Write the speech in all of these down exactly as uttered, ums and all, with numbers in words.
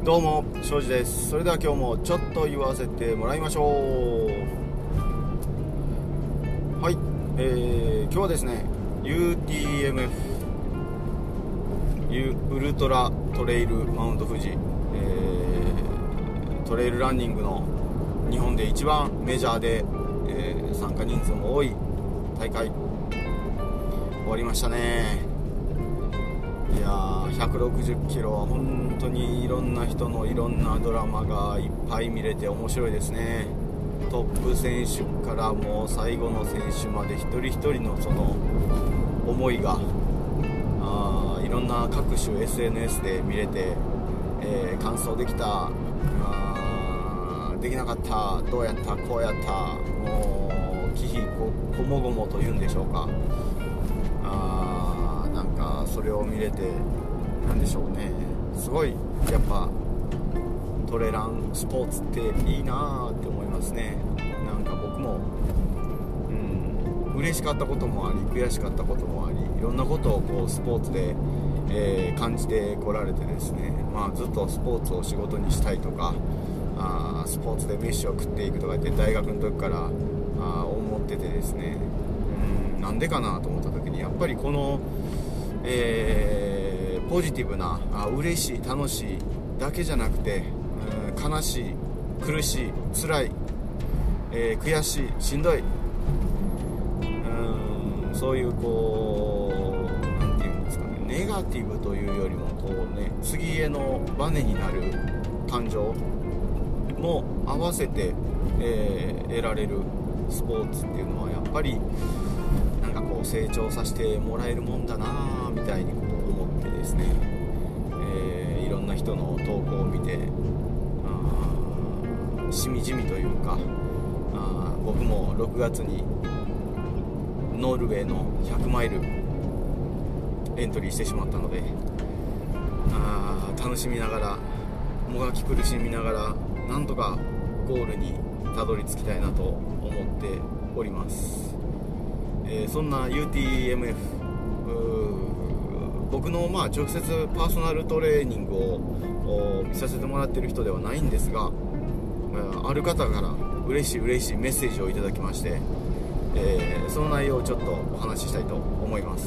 どうも庄司です。それでは今日もちょっと言わせてもらいましょう。はい、えー、今日はですね ユーティーエムエフ ウルトラトレイルマウント富士、えー、トレイルランニングの日本で一番メジャーで、えー、参加人数も多い大会終わりましたね。いやー、ひゃくろくじゅっキロは本当にいろんな人のいろんなドラマがいっぱい見れて面白いですね。トップ選手からもう最後の選手まで一人一人のその思いがあいろんな各種 エスエヌエス で見れて、えー、完走できた、あできなかった、どうやった、こうやった、もう忌避こもごもというんでしょうか。あなんかそれを見れてなんでしょうね、すごいやっぱトレランスポーツっていいなって思いますね。なんか僕も、うん、嬉しかったこともあり悔しかったこともあり、いろんなことをこうスポーツで、えー、感じてこられてですね、まあ、ずっとスポーツを仕事にしたいとか、あスポーツで飯を食っていくとかって大学の時からあ思っててですね、うん、なんでかなと思った時にやっぱりこのえー、ポジティブなあ嬉しい楽しいだけじゃなくて、うん、悲しい苦しい辛い、えー、悔しいしんどい、うん、そういうこうなんていうんですかね、ネガティブというよりもこうね、次へのバネになる感情も合わせて、えー、得られるスポーツっていうのはやっぱりなんかこう成長させてもらえるもんだなみたいにこう思ってですね、えー、いろんな人の投稿を見てあしみじみというか、あ僕もろくがつにノルウェーのひゃくマイルエントリーしてしまったので、あ楽しみながらもがき苦しみながらなんとかゴールにたどり着きたいなと思っております。えー、そんな ユーティーエムエフ 僕のまあ直接パーソナルトレーニングを見させてもらっている人ではないんですが、ある方から嬉しい嬉しいメッセージをいただきまして、えー、その内容をちょっとお話ししたいと思います。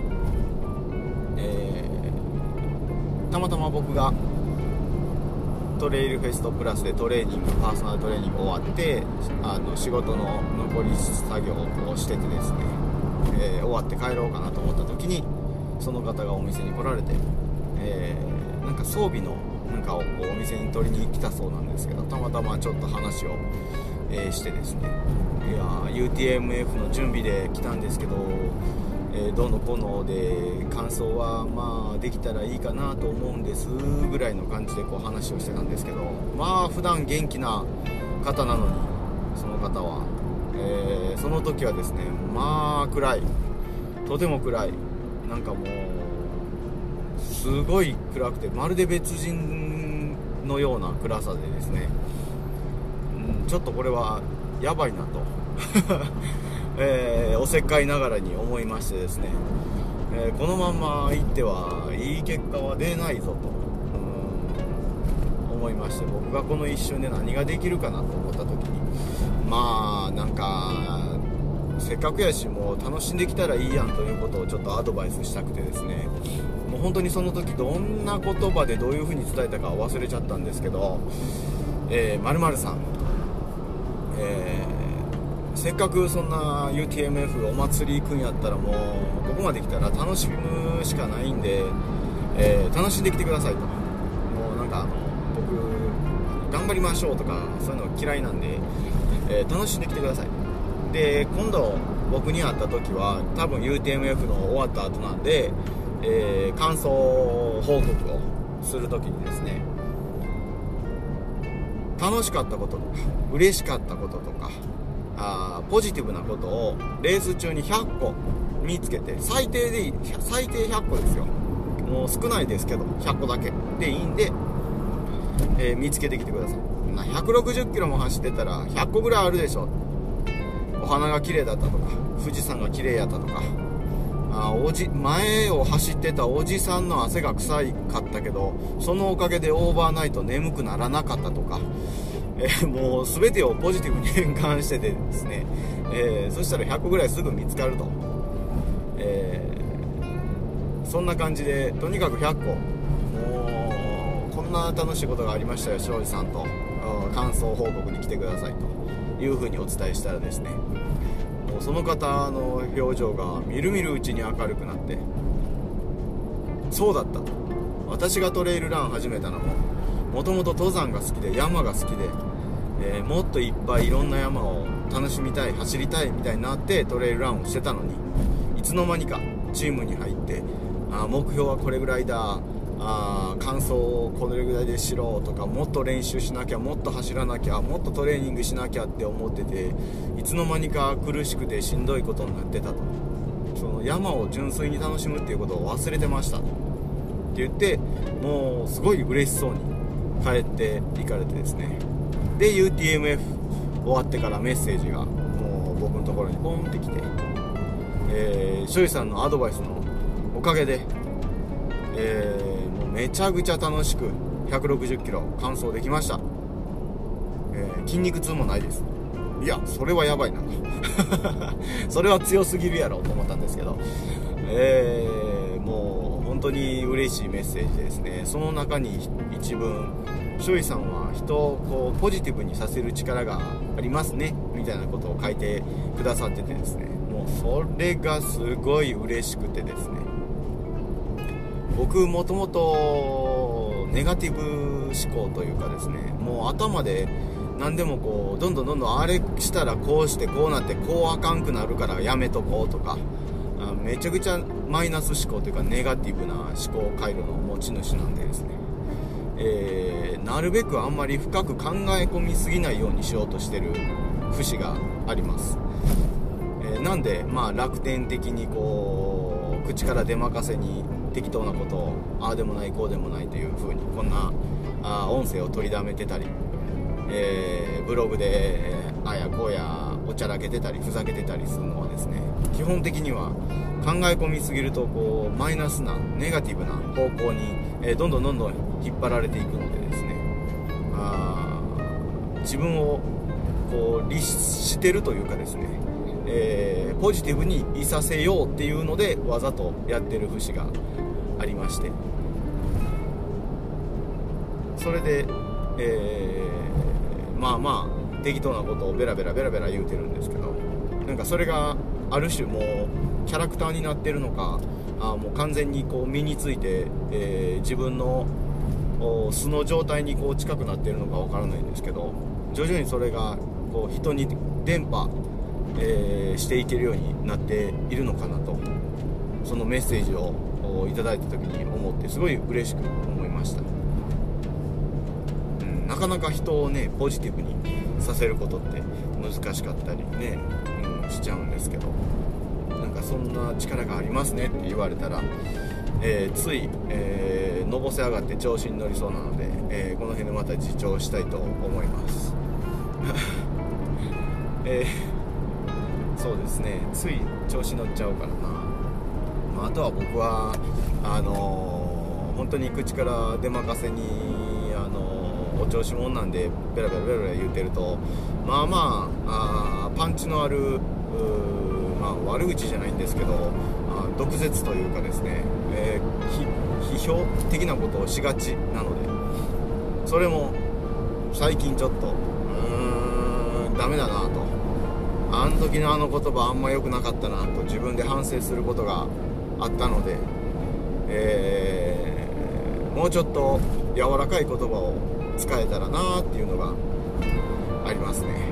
えー、たまたま僕がトレイルフェストプラスでトレーニングパーソナルトレーニング終わってあの仕事の残り作業をしててですね、えー、終わって帰ろうかなと思った時にその方がお店に来られて、えー、なんか装備のなんかをお店に取りに来たそうなんですけど、たまたまちょっと話を、えー、してですね、いや ユーティーエムエフ の準備で来たんですけど、えー、どうのこうので感想はまあできたらいいかなと思うんですぐらいの感じでこう話をしてたんですけど、まあ普段元気な方なのにその方は、えー、その時はですね、まあ暗い、とても暗い、なんかもうすごい暗くてまるで別人のような暗さでですね、うん、ちょっとこれはやばいなとえー、おせっかいながらに思いましてですね、えー、このままいってはいい結果は出ないぞと、うん、思いまして、僕がこの一瞬で何ができるかなと思った時に、まあなんかせっかくやしもう楽しんできたらいいやんということをちょっとアドバイスしたくてですね、もう本当にその時どんな言葉でどういう風に伝えたか忘れちゃったんですけど、えー、〇〇さん、えーせっかくそんな ユーティーエムエフ お祭り行くんやったらもうここまで来たら楽しむしかないんで、えー、楽しんできてくださいと。もうなんかあの僕頑張りましょうとかそういうの嫌いなんで、えー、楽しんできてください。で今度僕に会った時は多分 ユーティーエムエフ の終わった後なんで、えー、感想報告をする時にですね、楽しかったこととか嬉しかったこととかあポジティブなことをレース中にひゃっこ見つけて、最低でいい、最低ひゃっこですよ、もう少ないですけどひゃっこだけでいいんで、えー、見つけてきてください。ひゃくろくじゅっキロも走ってたらひゃっこぐらいあるでしょ。お花が綺麗だったとか富士山が綺麗やったとか、 あおじ前を走ってたおじさんの汗が臭いかったけど、そのおかげでオーバーナイト眠くならなかったとか、えー、もう全てをポジティブに変換しててですね、えー、そしたらひゃくぐらいすぐ見つかると、えー、そんな感じでとにかくひゃっこ、もうこんな楽しいことがありましたよ、庄司さんと感想報告に来てくださいというふうにお伝えしたらですね、もうその方の表情がみるみるうちに明るくなって、そうだったと、私がトレイルラン始めたのももともと登山が好きで山が好きで、えー、もっといっぱいいろんな山を楽しみたい、走りたいみたいになってトレイルランをしてたのに、いつの間にかチームに入って、あ目標はこれぐらいだ、あ感想をこれぐらいでしろとか、もっと練習しなきゃ、もっと走らなきゃ、もっとトレーニングしなきゃって思ってて、いつの間にか苦しくてしんどいことになってたと。その山を純粋に楽しむっていうことを忘れてましたとって言って、もうすごい嬉しそうに帰っていかれてですね、で ユーティーエムエフ 終わってからメッセージがもう僕のところにポンってきて、えー、庄司さんのアドバイスのおかげで、えー、もうめちゃくちゃ楽しくひゃくろくじゅっキロ完走できました。えー、筋肉痛もないです。いやそれはやばいなそれは強すぎるやろと思ったんですけど、えー、もう本当に嬉しいメッセージですね。その中に一文、庄司さんは人をこうポジティブにさせる力がありますねみたいなことを書いてくださっててですね、もうそれがすごい嬉しくてですね、僕もともとネガティブ思考というかですね、もう頭で何でもこうどんどんどんどんあれしたらこうしてこうなってこうあかんくなるからやめとこうとか、あめちゃくちゃマイナス思考というかネガティブな思考回路の持ち主なんでですね、えー、なるべくあんまり深く考え込みすぎないようにしようとしてる節があります。えー、なんでまあ楽天的にこう口から出まかせに適当なことをああでもないこうでもないという風にこんなあ音声を取りだめてたり、えー、ブログであやこうやおちゃらけてたりふざけてたりするのはですね、基本的には考え込みすぎるとこうマイナスなネガティブな方向に、えー、どんどんどんどん引っ張られていくのでですね、あ自分をこう律してるというかですね、えー、ポジティブにいさせようっていうのでわざとやってる節がありまして、それで、えー、まあまあ適当なことをベラベラベラベラ言うてるんですけど、なんかそれがある種もうキャラクターになってるのか、あもう完全にこう身について、えー、自分の素の状態にこう近くなっているのかわからないんですけど、徐々にそれがこう人に伝播、えー、していけるようになっているのかなと、そのメッセージをいただいた時に思ってすごい嬉しく思いました。うん、なかなか人をねポジティブにさせることって難しかったりね、うん、しちゃうんですけど、なんかそんな力がありますねって言われたら、えー、つい、えー、のぼせ上がって調子に乗りそうなので、えー、この辺でまた自重したいと思いますえー、そうですね、つい調子乗っちゃうからな、まあ、あとは僕はあのー、本当に口から出まかせに、あのー、お調子者なんでベラベラベラベラ言うてると、まあまあ、あパンチのあるまあ、悪口じゃないんですけど、あ毒舌というかですね、えー、批評的なことをしがちなので、それも最近ちょっとうーんダメだなと、あの時のあの言葉あんま良くなかったなと自分で反省することがあったので、えー、もうちょっと柔らかい言葉を使えたらなっていうのがありますね。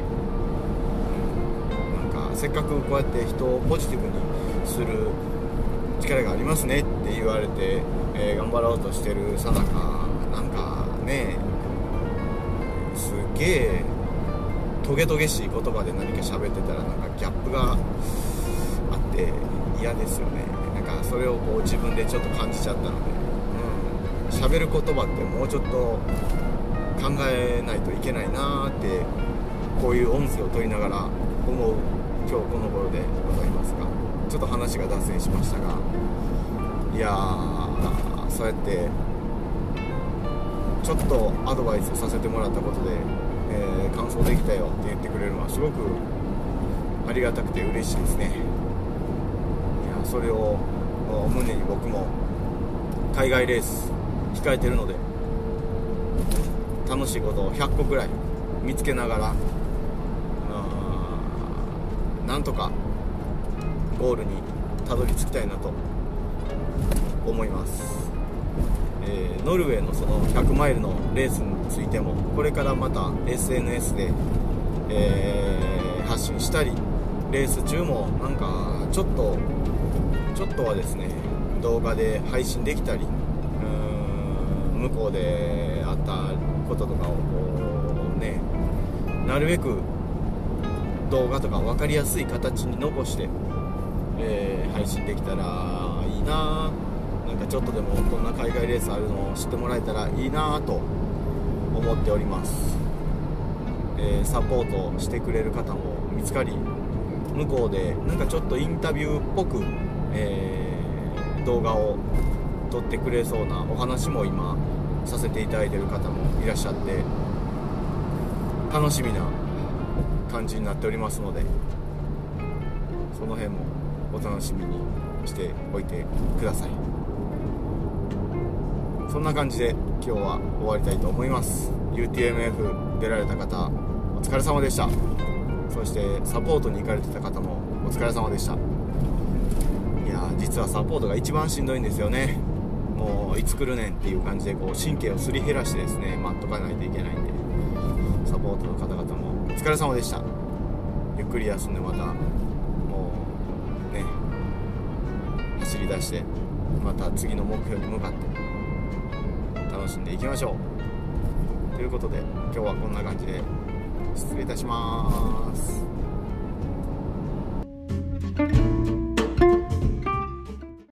せっかくこうやって人をポジティブにする力がありますねって言われて、えー、頑張ろうとしてるさなか、なんかねすっげえトゲトゲしい言葉で何か喋ってたらなんかギャップがあって嫌ですよね。なんかそれをこう自分でちょっと感じちゃったので、うん、喋る言葉ってもうちょっと考えないといけないなーってこういう音声を取りながら思う今日この頃でございますが、 ちょっと話が脱線しましたが、いやーそうやってちょっとアドバイスさせてもらったことで、えー、完走できたよって言ってくれるのはすごくありがたくて嬉しいですね。いやそれを胸に僕も海外レース控えてるので、楽しいことをひゃっこぐらい見つけながら、なんとかゴールにたどり着きたいなと思います。えー、ノルウェーのそのひゃくマイルのレースについてもこれからまた エスエヌエス で、えー、発信したり、レース中もなんかちょっとちょっとはですね動画で配信できたり、うーん向こうであったこととかをこうね、なるべく動画とか分かりやすい形に残して、えー、配信できたらいいな。なんかちょっとでもどんな海外レースあるのを知ってもらえたらいいなと思っております。えー、サポートしてくれる方も見つかり、向こうでなんかちょっとインタビューっぽく、えー、動画を撮ってくれそうなお話も今させていただいている方もいらっしゃって、楽しみな感じになっておりますので、その辺もお楽しみにしておいてください。そんな感じで今日は終わりたいと思います。 ユーティーエムエフ 出られた方お疲れ様でした。そしてサポートに行かれてた方もお疲れ様でした。いやー実はサポートが一番しんどいんですよね。もういつ来るねんっていう感じでこう神経をすり減らしてですね待っとかないといけないんで、サポートの方々もお疲れ様でした。ゆっくり休んでまたもうね走り出してまた次の目標に向かって楽しんでいきましょうということで、今日はこんな感じで失礼いたします。